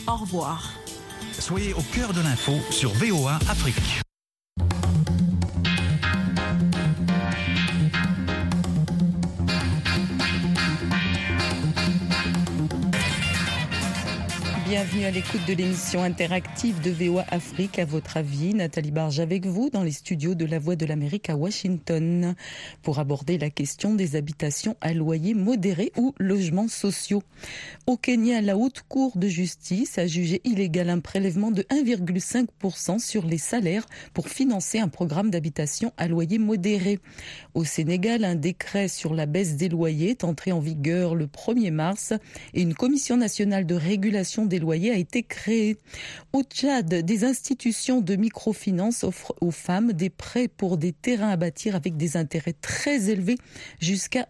Au revoir. Soyez au cœur de l'info sur VOA Afrique. Bienvenue à l'écoute de l'émission interactive de VOA Afrique. À votre avis, Nathalie Barge avec vous dans les studios de La Voix de l'Amérique à Washington pour aborder la question des habitations à loyer modéré ou logements sociaux. Au Kenya, la Haute Cour de justice a jugé illégal un prélèvement de 1,5% sur les salaires pour financer un programme d'habitation à loyer modéré. Au Sénégal, un décret sur la baisse des loyers est entré en vigueur le 1er mars et une commission nationale de régulation des loyers a été créée. Au Tchad, des institutions de microfinance offrent aux femmes des prêts pour des terrains à bâtir avec des intérêts très élevés, jusqu'à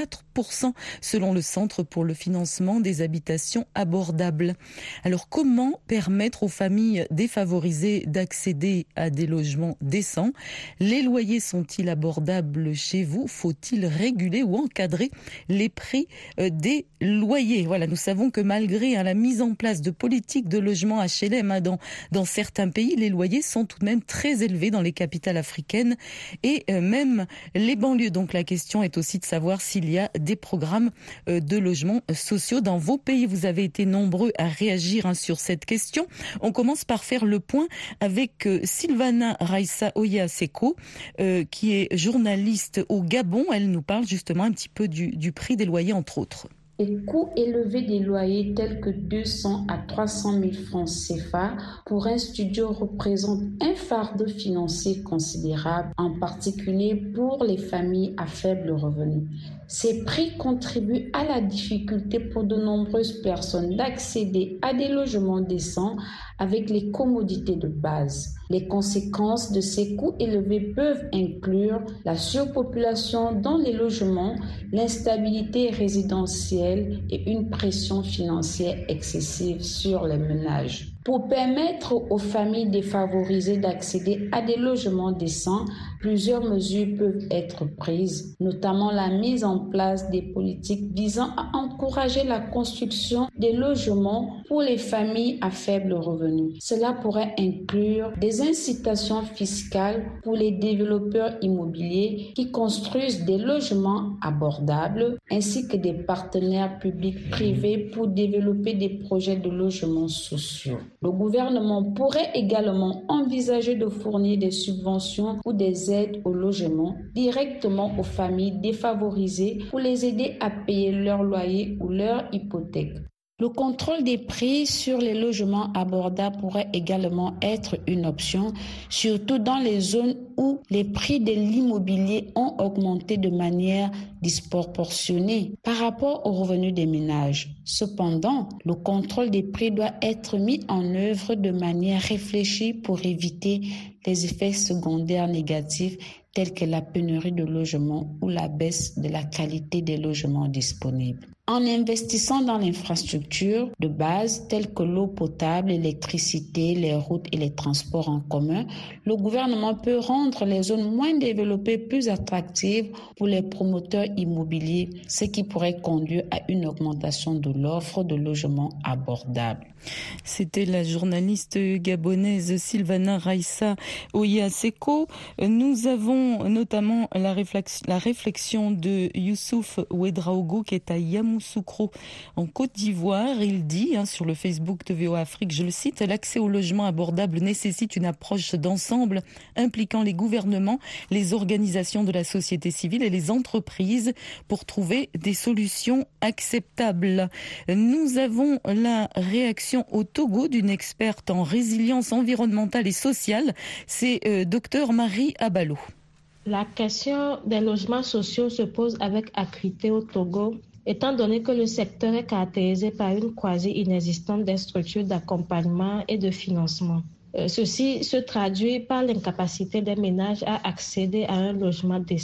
24% selon le Centre pour le financement des habitations abordables. Alors comment permettre aux familles défavorisées d'accéder à des logements décents? Les loyers sont-ils abordables chez vous? Faut-il réguler ou encadrer les prix des loyers? Voilà, nous savons que malgré la mise en place de politiques de logement HLM dans certains pays, les loyers sont tout de même très élevés dans les capitales africaines et même les banlieues. Donc la question est aussi de savoir s'il y a des programmes de logements sociaux dans vos pays. Vous avez été nombreux à réagir sur cette question. On commence par faire le point avec Sylvana Raissa Oya Seko, qui est journaliste au Gabon. Elle nous parle justement un petit peu du prix des loyers, entre autres. Les coûts élevés des loyers tels que 200 à 300 000 francs CFA pour un studio représentent un fardeau financier considérable, en particulier pour les familles à faible revenu. Ces prix contribuent à la difficulté pour de nombreuses personnes d'accéder à des logements décents avec les commodités de base. Les conséquences de ces coûts élevés peuvent inclure la surpopulation dans les logements, l'instabilité résidentielle et une pression financière excessive sur les ménages. Pour permettre aux familles défavorisées d'accéder à des logements décents, plusieurs mesures peuvent être prises, notamment la mise en place des politiques visant à encourager la construction des logements pour les familles à faible revenu. Cela pourrait inclure des incitations fiscales pour les développeurs immobiliers qui construisent des logements abordables, ainsi que des partenaires publics-privés pour développer des projets de logements sociaux. Le gouvernement pourrait également envisager de fournir des subventions ou des aides au logement directement aux familles défavorisées pour les aider à payer leur loyer ou leur hypothèque. Le contrôle des prix sur les logements abordables pourrait également être une option, surtout dans les zones où les prix de l'immobilier ont augmenté de manière disproportionnée par rapport aux revenus des ménages. Cependant, le contrôle des prix doit être mis en œuvre de manière réfléchie pour éviter les effets secondaires négatifs tels que la pénurie de logements ou la baisse de la qualité des logements disponibles. En investissant dans l'infrastructure de base telles que l'eau potable, l'électricité, les routes et les transports en commun, le gouvernement peut rendre les zones moins développées plus attractives pour les promoteurs immobiliers, ce qui pourrait conduire à une augmentation de l'offre de logements abordables. C'était la journaliste gabonaise Sylvana Raissa Oya Seko. Nous avons notamment la réflexion de Youssouf Ouedraogo qui est à Yamoussoukro en Côte d'Ivoire. Il dit sur le Facebook de VOA Afrique, je le cite, l'accès au logement abordable nécessite une approche d'ensemble impliquant les gouvernements, les organisations de la société civile et les entreprises pour trouver des solutions acceptables. Nous avons la réaction au Togo d'une experte en résilience environnementale et sociale, c'est Dr Marie Abalo. La question des logements sociaux se pose avec acuité au Togo, étant donné que le secteur est caractérisé par une quasi-inexistence des structures d'accompagnement et de financement. Ceci se traduit par l'incapacité des ménages à accéder à un logement décent.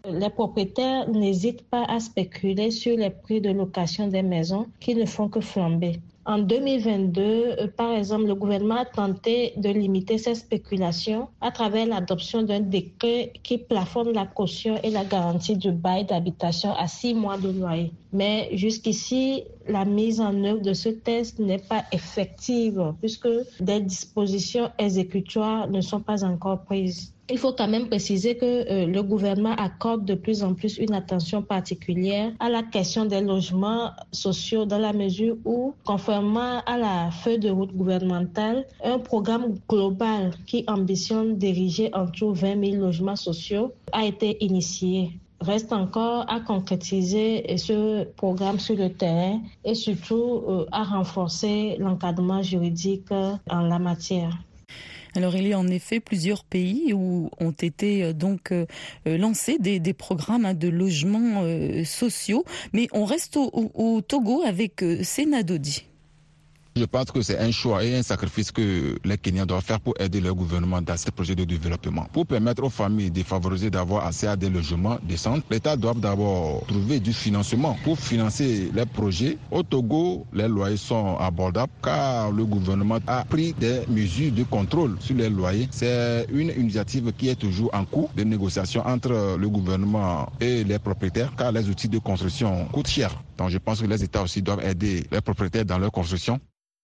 Les propriétaires n'hésitent pas à spéculer sur les prix de location des maisons qui ne font que flamber. En 2022, par exemple, le gouvernement a tenté de limiter ces spéculations à travers l'adoption d'un décret qui plafonne la caution et la garantie du bail d'habitation à 6 mois de loyer. Mais jusqu'ici, la mise en œuvre de ce texte n'est pas effective puisque des dispositions exécutoires ne sont pas encore prises. Il faut quand même préciser que le gouvernement accorde de plus en plus une attention particulière à la question des logements sociaux dans la mesure où, conformément à la feuille de route gouvernementale, un programme global qui ambitionne d'ériger en tout 20 000 logements sociaux a été initié. Reste encore à concrétiser ce programme sur le terrain et surtout à renforcer l'encadrement juridique en la matière. Alors il y a en effet plusieurs pays où ont été lancés des programmes de logements sociaux, mais on reste au Togo avec Sena Dodi. Je pense que c'est un choix et un sacrifice que les Kenyans doivent faire pour aider leur gouvernement dans ces projets de développement. Pour permettre aux familles de favoriser d'avoir accès à des logements décents, l'État doit d'abord trouver du financement pour financer les projets. Au Togo, les loyers sont abordables car le gouvernement a pris des mesures de contrôle sur les loyers. C'est une initiative qui est toujours en cours de négociation entre le gouvernement et les propriétaires car les outils de construction coûtent cher. Donc je pense que les États aussi doivent aider les propriétaires dans leur construction.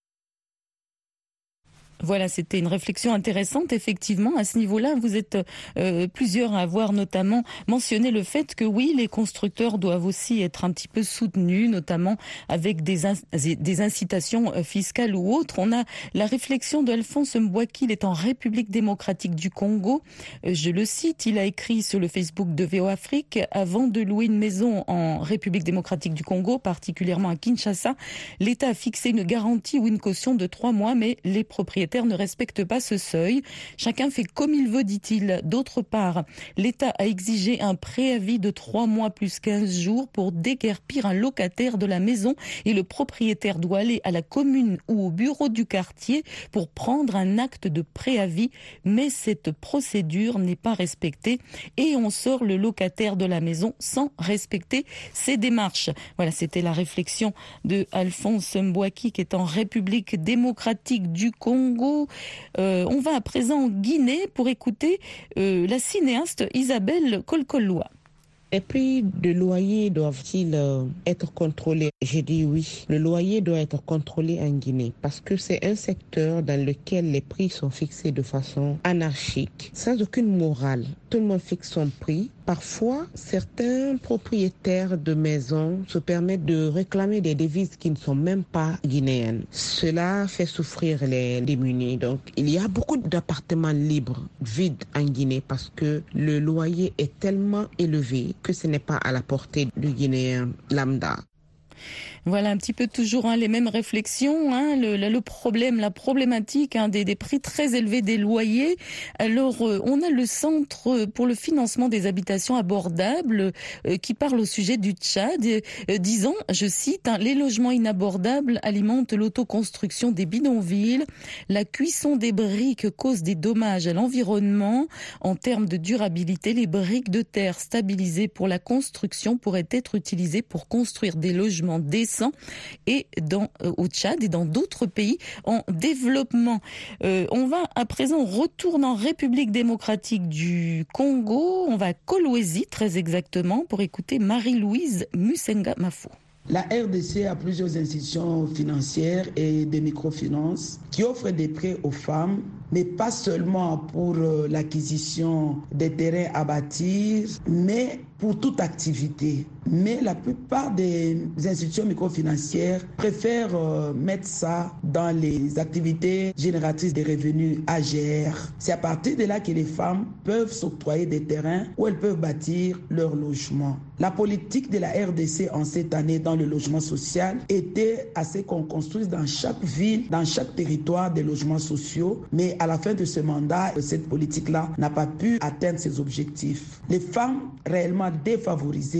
Voilà, c'était une réflexion intéressante. Effectivement, à ce niveau-là, vous êtes plusieurs à avoir notamment mentionné le fait que oui, les constructeurs doivent aussi être un petit peu soutenus, notamment avec des incitations fiscales ou autres. On a la réflexion d'Alphonse Mbouaki, il est en République démocratique du Congo. Je le cite, il a écrit sur le Facebook de VOA Afrique, avant de louer une maison en République démocratique du Congo, particulièrement à Kinshasa, l'État a fixé une garantie ou une caution de 3 mois, mais les propriétaires ne respectent pas ce seuil. Chacun fait comme il veut, dit-il. D'autre part, l'État a exigé un préavis de 3 mois plus 15 jours pour déguerpir un locataire de la maison et le propriétaire doit aller à la commune ou au bureau du quartier pour prendre un acte de préavis. Mais cette procédure n'est pas respectée et on sort le locataire de la maison sans respecter ces démarches. Voilà, c'était la réflexion de Alphonse Mbouaki qui est en République démocratique du Congo. On va à présent en Guinée pour écouter la cinéaste Isabelle Kolkoloa. Les prix de loyer doivent-ils être contrôlés? J'ai dit oui. Le loyer doit être contrôlé en Guinée parce que c'est un secteur dans lequel les prix sont fixés de façon anarchique, sans aucune morale. Tout le monde fixe son prix. Parfois, certains propriétaires de maisons se permettent de réclamer des devises qui ne sont même pas guinéennes. Cela fait souffrir les démunis. Donc, il y a beaucoup d'appartements libres, vides en Guinée parce que le loyer est tellement élevé que ce n'est pas à la portée du Guinéen lambda. Voilà un petit peu toujours les mêmes réflexions, le problème, la problématique des prix très élevés des loyers. Alors on a le Centre pour le financement des habitations abordables qui parle au sujet du Tchad, disant, je cite, les logements inabordables alimentent l'autoconstruction des bidonvilles, la cuisson des briques cause des dommages à l'environnement. En termes de durabilité, les briques de terre stabilisées pour la construction pourraient être utilisées pour construire des logements décents et au Tchad et dans d'autres pays en développement. On va à présent retourner en République démocratique du Congo. On va à Kolwezi très exactement pour écouter Marie-Louise Musenga Mafo. La RDC a plusieurs institutions financières et de microfinances qui offrent des prêts aux femmes, mais pas seulement pour l'acquisition des terrains à bâtir, mais pour toute activité. Mais la plupart des institutions microfinancières préfèrent mettre ça dans les activités génératrices de revenus AGR. C'est à partir de là que les femmes peuvent s'octroyer des terrains où elles peuvent bâtir leur logement. La politique de la RDC en cette année dans le logement social était à ce qu'on construise dans chaque ville, dans chaque territoire des logements sociaux, mais à la fin de ce mandat, cette politique-là n'a pas pu atteindre ses objectifs. Les femmes réellement défavorisées ont décidé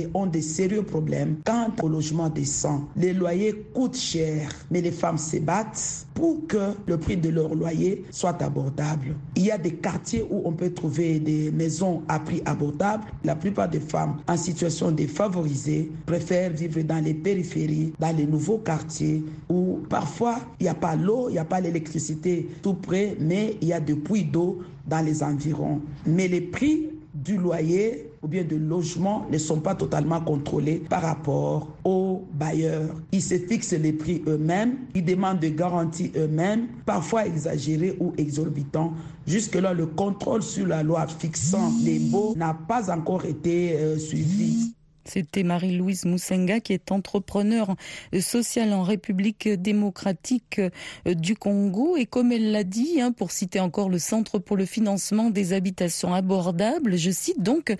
sérieux problèmes quant au logement décent. Les loyers coûtent cher, mais les femmes se battent pour que le prix de leur loyer soit abordable. Il y a des quartiers où on peut trouver des maisons à prix abordable. La plupart des femmes en situation défavorisée préfèrent vivre dans les périphéries, dans les nouveaux quartiers où parfois il n'y a pas l'eau, il n'y a pas l'électricité tout près, mais il y a des puits d'eau dans les environs. Mais les prix du loyer ou bien de logement ne sont pas totalement contrôlés par rapport aux bailleurs. Ils se fixent les prix eux-mêmes, ils demandent des garanties eux-mêmes, parfois exagérées ou exorbitants. Jusque-là, le contrôle sur la loi fixant les baux n'a pas encore été suivi. C'était Marie-Louise Moussenga qui est entrepreneur social en République démocratique du Congo. Et comme elle l'a dit, pour citer encore le Centre pour le financement des habitations abordables, je cite donc,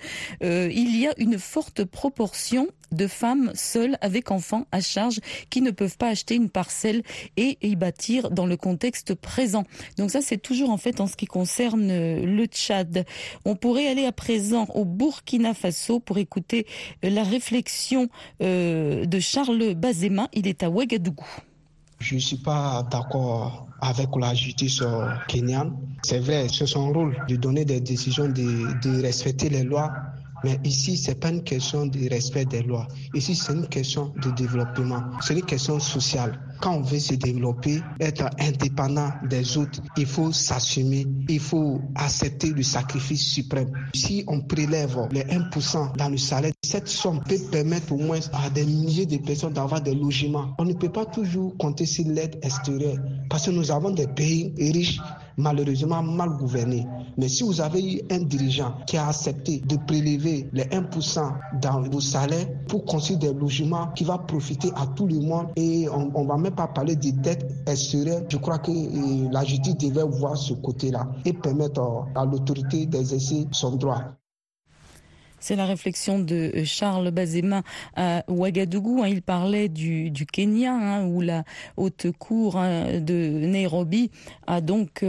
il y a une forte proportion de femmes seules avec enfants à charge qui ne peuvent pas acheter une parcelle et y bâtir dans le contexte présent. Donc ça, c'est toujours en fait en ce qui concerne le Tchad. On pourrait aller à présent au Burkina Faso pour écouter la réflexion de Charles Bazema. Il est à Ouagadougou. Je ne suis pas d'accord avec la justice kenyane. C'est vrai, c'est son rôle de donner des décisions, de respecter les lois. Mais ici, ce n'est pas une question de respect des lois. Ici, c'est une question de développement. C'est une question sociale. Quand on veut se développer, être indépendant des autres, il faut s'assumer. Il faut accepter le sacrifice suprême. Si on prélève les 1% dans le salaire, cette somme peut permettre au moins à des milliers de personnes d'avoir des logements. On ne peut pas toujours compter sur l'aide extérieure parce que nous avons des pays riches, malheureusement mal gouvernés. Mais si vous avez eu un dirigeant qui a accepté de prélever les 1% dans vos salaires pour construire des logements qui va profiter à tout le monde et on ne va même pas parler des dettes extérieures, je crois que la justice devait voir ce côté-là et permettre à l'autorité d'exercer son droit. C'est la réflexion de Charles Bazema à Ouagadougou. Il parlait du Kenya, où la haute cour de Nairobi a donc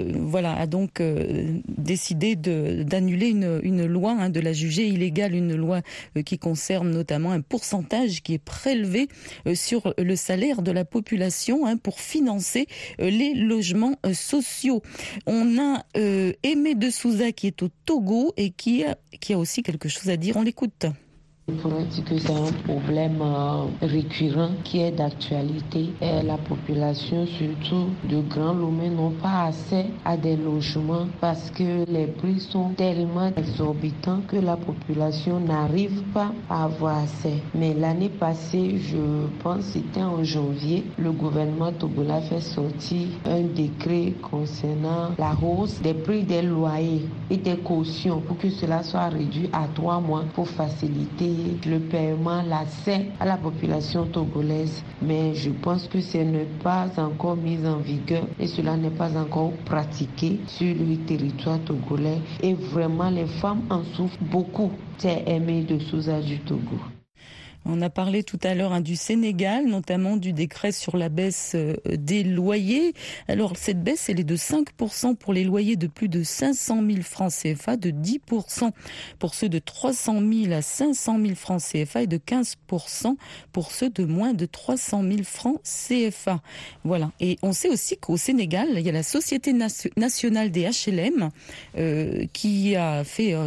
décidé d'annuler une loi, de la juger illégale, une loi qui concerne notamment un pourcentage qui est prélevé sur le salaire de la population pour financer les logements sociaux. On a Aimé de Souza qui est au Togo et qui a aussi quelque chose à dire, on l'écoute. Il faudrait dire que c'est un problème récurrent qui est d'actualité. Et la population, surtout de Grand Lomé, n'ont pas accès à des logements parce que les prix sont tellement exorbitants que la population n'arrive pas à avoir accès. Mais l'année passée, je pense que c'était en janvier, le gouvernement togolais a fait sortir un décret concernant la hausse des prix des loyers et des cautions pour que cela soit réduit à 3 mois pour faciliter le paiement, l'accès à la population togolaise. Mais je pense que ce n'est pas encore mis en vigueur et cela n'est pas encore pratiqué sur le territoire togolais. Et vraiment, les femmes en souffrent beaucoup. C'est Aimé de Souza du Togo. On a parlé tout à l'heure du Sénégal, notamment du décret sur la baisse des loyers. Alors cette baisse, elle est de 5% pour les loyers de plus de 500 000 francs CFA, de 10% pour ceux de 300 000 à 500 000 francs CFA et de 15% pour ceux de moins de 300 000 francs CFA. Voilà. Et on sait aussi qu'au Sénégal, il y a la Société nationale des HLM qui a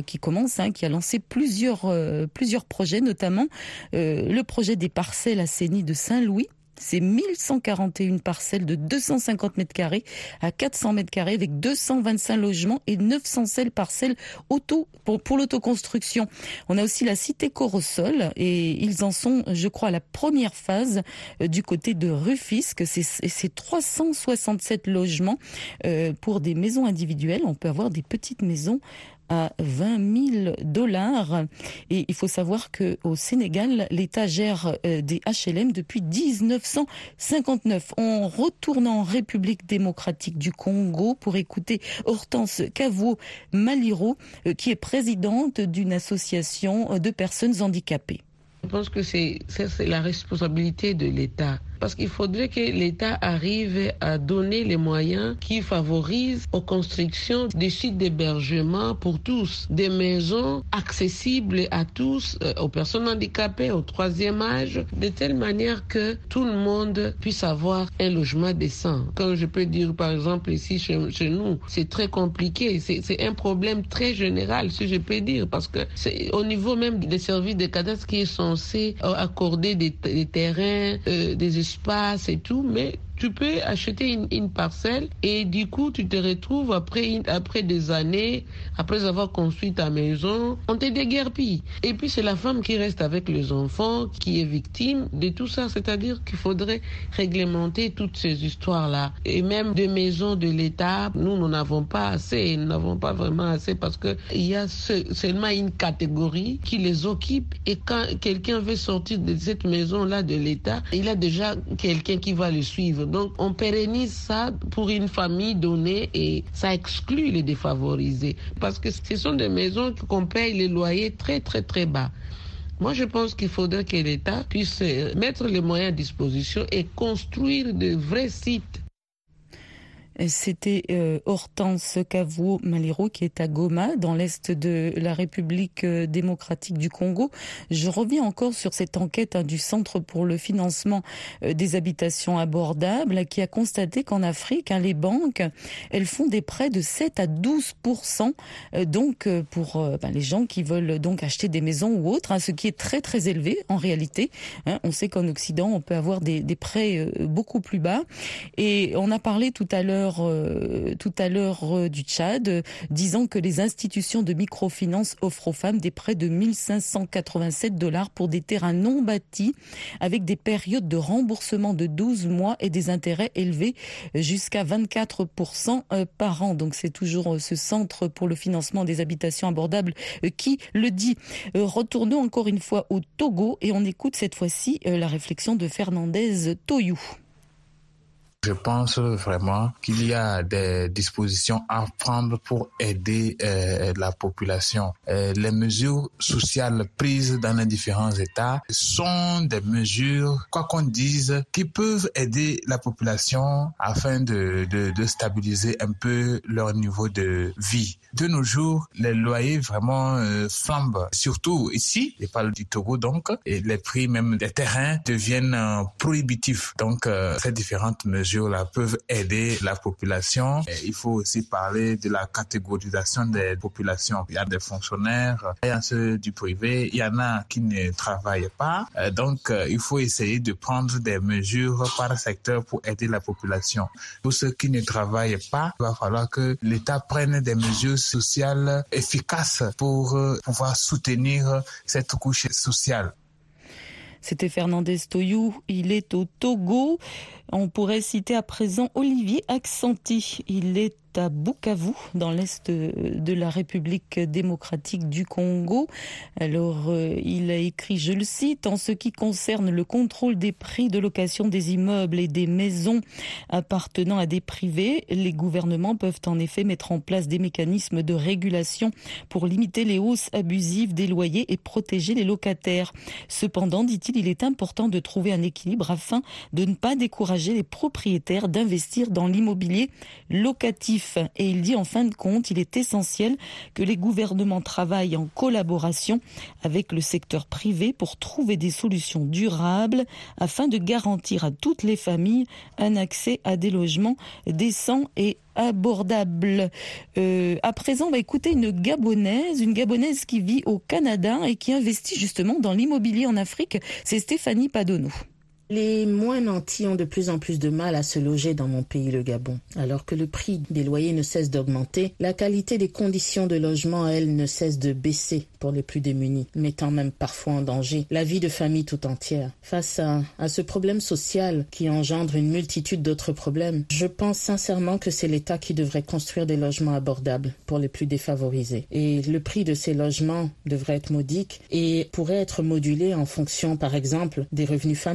lancé plusieurs projets, notamment le projet des parcelles Assainies de Saint-Louis. C'est 1141 parcelles de 250 mètres carrés à 400 mètres carrés avec 225 logements et 916 parcelles pour l'autoconstruction. On a aussi la cité Corosol et ils en sont, je crois, à la première phase du côté de Rufisque. C'est 367 logements pour des maisons individuelles. On peut avoir des petites maisons à $20,000. Et il faut savoir qu'au Sénégal, l'État gère des HLM depuis 1959. On retourne en République démocratique du Congo pour écouter Hortense Kavuo-Maliro, qui est présidente d'une association de personnes handicapées. Je pense que c'est la responsabilité de l'État Parce qu'il faudrait que l'État arrive à donner les moyens qui favorisent aux constructions des sites d'hébergement pour tous, des maisons accessibles à tous, aux personnes handicapées, au troisième âge, de telle manière que tout le monde puisse avoir un logement décent. Comme je peux dire, par exemple, ici chez nous, c'est très compliqué. C'est un problème très général, si je peux dire, parce que c'est au niveau même des services de cadastre qui est censé accorder des terrains, des espaces et tout, mais tu peux acheter une parcelle et du coup, tu te retrouves après des années, après avoir construit ta maison, on te déguerpit. Et puis, c'est la femme qui reste avec les enfants, qui est victime de tout ça. C'est-à-dire qu'il faudrait réglementer toutes ces histoires-là. Et même des maisons de l'État, nous n'avons pas assez. Nous n'avons pas vraiment assez parce qu'il y a seulement une catégorie qui les occupe. Et quand quelqu'un veut sortir de cette maison-là de l'État, il a déjà quelqu'un qui va le suivre. Donc, on pérennise ça pour une famille donnée et ça exclut les défavorisés. Parce que ce sont des maisons qu'on paye les loyers très, très, très bas. Moi, je pense qu'il faudrait que l'État puisse mettre les moyens à disposition et construire de vrais sites. C'était Hortense Kavuo-Maliro qui est à Goma, dans l'est de la République démocratique du Congo. Je reviens encore sur cette enquête du Centre pour le financement des habitations abordables qui a constaté qu'en Afrique, les banques, elles font des prêts de 7 à 12%, donc pour les gens qui veulent donc acheter des maisons ou autres, ce qui est très très élevé en réalité. On sait qu'en Occident, on peut avoir des prêts beaucoup plus bas. Et on a parlé tout à l'heure du Tchad, disant que les institutions de microfinance offrent aux femmes des prêts de $1 587 pour des terrains non bâtis, avec des périodes de remboursement de 12 mois et des intérêts élevés jusqu'à 24% par an. Donc c'est toujours ce centre pour le financement des habitations abordables qui le dit. Retournons encore une fois au Togo et on écoute cette fois-ci la réflexion de Fernandez Toyou. Je pense vraiment qu'il y a des dispositions à prendre pour aider la population. Les mesures sociales prises dans les différents États sont des mesures, quoi qu'on dise, qui peuvent aider la population afin de stabiliser un peu leur niveau de vie. De nos jours, les loyers vraiment flambent. Surtout ici, je parle du Togo donc, et les prix même des terrains deviennent prohibitifs. Donc, ces différentes mesures peuvent aider la population. Et il faut aussi parler de la catégorisation des populations. Il y a des fonctionnaires, il y a ceux du privé, il y en a qui ne travaillent pas. Donc, il faut essayer de prendre des mesures par secteur pour aider la population. Pour ceux qui ne travaillent pas, il va falloir que l'État prenne des mesures sociales efficaces pour pouvoir soutenir cette couche sociale. C'était Fernandez Toyou, il est au Togo. On pourrait citer à présent Olivier Aksanti, il est à Bukavu, dans l'est de la République démocratique du Congo. Alors, il a écrit, je le cite, « En ce qui concerne le contrôle des prix de location des immeubles et des maisons appartenant à des privés, les gouvernements peuvent en effet mettre en place des mécanismes de régulation pour limiter les hausses abusives des loyers et protéger les locataires. Cependant, dit-il, il est important de trouver un équilibre afin de ne pas décourager les propriétaires d'investir dans l'immobilier locatif. Et il dit en fin de compte, il est essentiel que les gouvernements travaillent en collaboration avec le secteur privé pour trouver des solutions durables afin de garantir à toutes les familles un accès à des logements décents et abordables. À présent, on va écouter une Gabonaise qui vit au Canada et qui investit justement dans l'immobilier en Afrique. C'est Stéphanie Padonou. Les moins nantis ont de plus en plus de mal à se loger dans mon pays, le Gabon. Alors que le prix des loyers ne cesse d'augmenter, la qualité des conditions de logement, elle, ne cesse de baisser pour les plus démunis, mettant même parfois en danger la vie de famille tout entière. Face à ce problème social qui engendre une multitude d'autres problèmes, je pense sincèrement que c'est l'État qui devrait construire des logements abordables pour les plus défavorisés. Et le prix de ces logements devrait être modique et pourrait être modulé en fonction, par exemple, des revenus familiaux,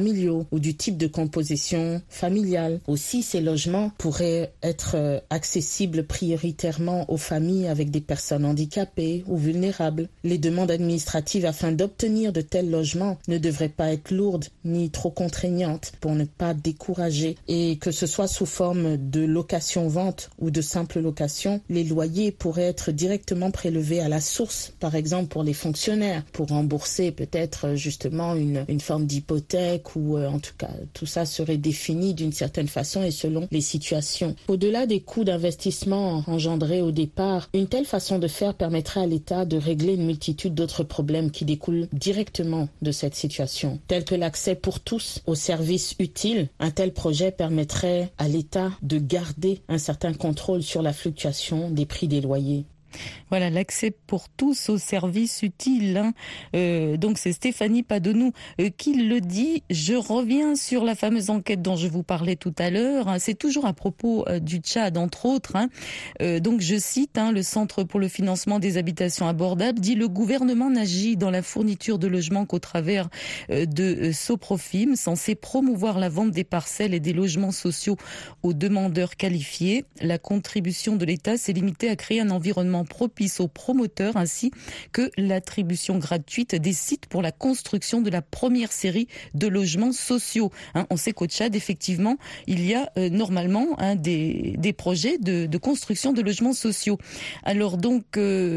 sociaux ou du type de composition familiale. Aussi, ces logements pourraient être accessibles prioritairement aux familles avec des personnes handicapées ou vulnérables. Les demandes administratives afin d'obtenir de tels logements ne devraient pas être lourdes ni trop contraignantes pour ne pas décourager. Et que ce soit sous forme de location-vente ou de simple location, les loyers pourraient être directement prélevés à la source, par exemple pour les fonctionnaires, pour rembourser peut-être justement une forme d'hypothèque ou en tout cas tout ça serait défini d'une certaine façon et selon les situations. Au-delà des coûts d'investissement engendrés au départ, une telle façon de faire permettrait à l'État de régler une multitude d'autres problèmes qui découlent directement de cette situation, tels que l'accès pour tous aux services utiles. Un tel projet permettrait à l'État de garder un certain contrôle sur la fluctuation des prix des loyers. Voilà, l'accès pour tous aux services utiles. Donc c'est Stéphanie Padonou qui le dit. Je reviens sur la fameuse enquête dont je vous parlais tout à l'heure. C'est toujours à propos du Tchad, entre autres. Donc je cite, le Centre pour le financement des habitations abordables dit « Le gouvernement n'agit dans la fourniture de logements qu'au travers de Soprofim, censé promouvoir la vente des parcelles et des logements sociaux aux demandeurs qualifiés. La contribution de l'État s'est limitée à créer un environnement propice aux promoteurs ainsi que l'attribution gratuite des sites pour la construction de la première série de logements sociaux. On sait qu'au Tchad, effectivement, il y a normalement des projets de construction de logements sociaux. Alors donc,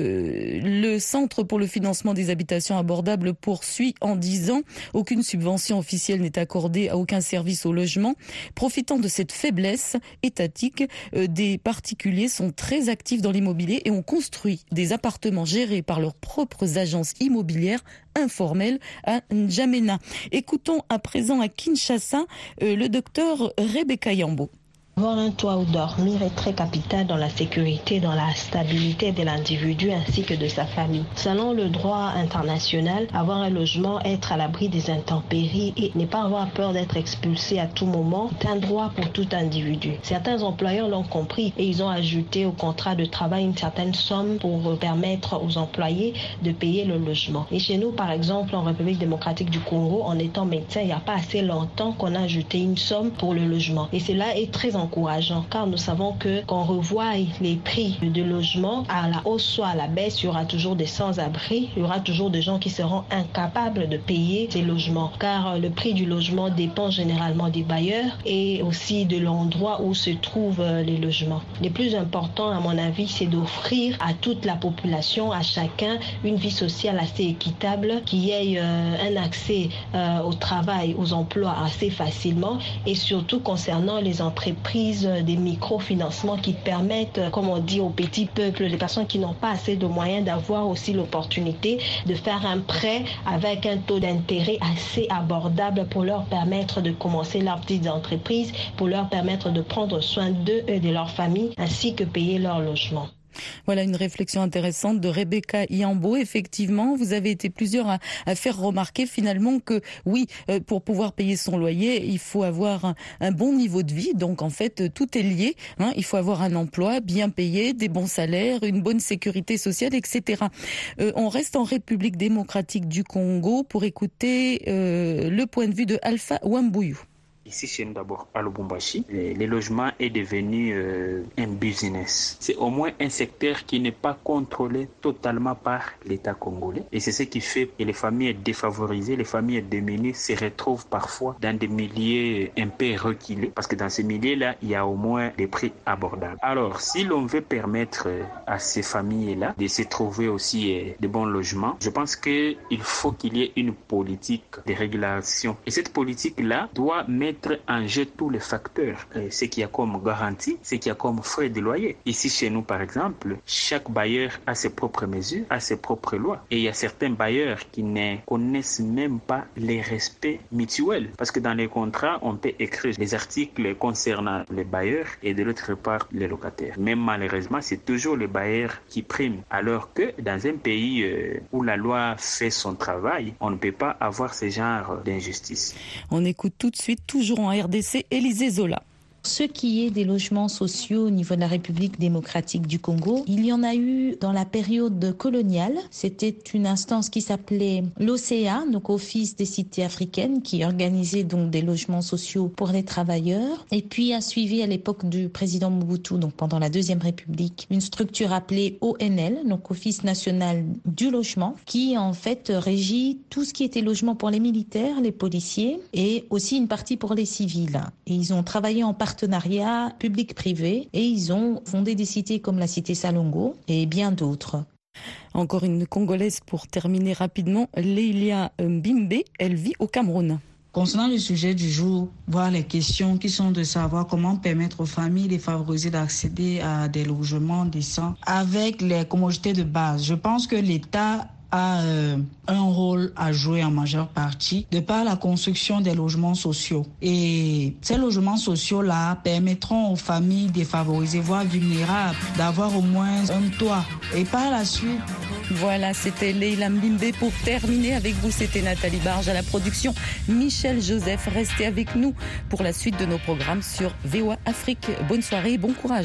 le Centre pour le financement des habitations abordables poursuit en disant « Aucune subvention officielle n'est accordée à aucun service au logement. Profitant de cette faiblesse étatique, des particuliers sont très actifs dans l'immobilier et ont construit des appartements gérés par leurs propres agences immobilières informelles à N'Djamena. Écoutons à présent à Kinshasa le docteur Rebecca Yambo. Avoir un toit où dormir est très capital dans la sécurité, dans la stabilité de l'individu ainsi que de sa famille. Selon le droit international, avoir un logement, être à l'abri des intempéries et ne pas avoir peur d'être expulsé à tout moment est un droit pour tout individu. Certains employeurs l'ont compris et ils ont ajouté au contrat de travail une certaine somme pour permettre aux employés de payer le logement. Et chez nous, par exemple, en République démocratique du Congo, en étant médecin, il n'y a pas assez longtemps qu'on a ajouté une somme pour le logement. Et cela est très encourageant car nous savons que qu'on revoie les prix de logement à la hausse soit à la baisse, il y aura toujours des sans-abri, il y aura toujours des gens qui seront incapables de payer ces logements car le prix du logement dépend généralement des bailleurs et aussi de l'endroit où se trouvent les logements. Le plus important à mon avis, c'est d'offrir à toute la population, à chacun, une vie sociale assez équitable, qui ait un accès au travail, aux emplois assez facilement et surtout concernant les entreprises des microfinancements qui permettent, comme on dit, au petit peuple, les personnes qui n'ont pas assez de moyens, d'avoir aussi l'opportunité de faire un prêt avec un taux d'intérêt assez abordable pour leur permettre de commencer leurs petites entreprises, pour leur permettre de prendre soin d'eux et de leur famille, ainsi que payer leur logement. Voilà une réflexion intéressante de Rebecca Yambo. Effectivement, vous avez été plusieurs à faire remarquer finalement que oui, pour pouvoir payer son loyer, il faut avoir un bon niveau de vie. Donc en fait, tout est lié. Il faut avoir un emploi bien payé, des bons salaires, une bonne sécurité sociale, etc. On reste en République démocratique du Congo pour écouter le point de vue de Alpha Wambouyou. Ici chez nous d'abord à Lubumbashi, les logements est devenu un business. C'est au moins un secteur qui n'est pas contrôlé totalement par l'État congolais. Et c'est ce qui fait que les familles défavorisées, les familles démunies se retrouvent parfois dans des milieux un peu reculés. Parce que dans ces milieux-là, il y a au moins des prix abordables. Alors, si l'on veut permettre à ces familles-là de se trouver aussi de bons logements, je pense qu'il faut qu'il y ait une politique de régulation. Et cette politique-là doit mettre en jeu tous les facteurs, ce qu'il y a comme garantie, ce qu'il y a comme frais de loyer. Ici chez nous par exemple, chaque bailleur a ses propres mesures, a ses propres lois. Et il y a certains bailleurs qui ne connaissent même pas les respects mutuels. Parce que dans les contrats, on peut écrire les articles concernant les bailleurs et de l'autre part les locataires. Mais malheureusement, c'est toujours les bailleurs qui priment. Alors que dans un pays où la loi fait son travail, on ne peut pas avoir ce genre d'injustice. On écoute tout de suite, toujours en RDC, Élisée Zola. Ce qui est des logements sociaux au niveau de la République démocratique du Congo, il y en a eu dans la période coloniale. C'était une instance qui s'appelait l'OCA, donc Office des cités africaines, qui organisait donc des logements sociaux pour les travailleurs. Et puis a suivi à l'époque du président Mobutu, donc pendant la Deuxième République, une structure appelée ONL, donc Office national du logement, qui en fait régit tout ce qui était logement pour les militaires, les policiers et aussi une partie pour les civils. Et ils ont travaillé en partenariat public-privé et ils ont fondé des cités comme la cité Salongo et bien d'autres. Encore une Congolaise pour terminer rapidement, Leila Mbimbe, elle vit au Cameroun. Concernant le sujet du jour, voir les questions qui sont de savoir comment permettre aux familles défavorisées d'accéder à des logements décents avec les commodités de base. Je pense que l'État a un rôle à jouer en majeure partie de par la construction des logements sociaux. Et ces logements sociaux-là permettront aux familles défavorisées, voire vulnérables, d'avoir au moins un toit. Et par la suite... Voilà, c'était Leila Mbimbe. Pour terminer avec vous, c'était Nathalie Barge à la production. Michel Joseph, restez avec nous pour la suite de nos programmes sur VOA Afrique. Bonne soirée et bon courage.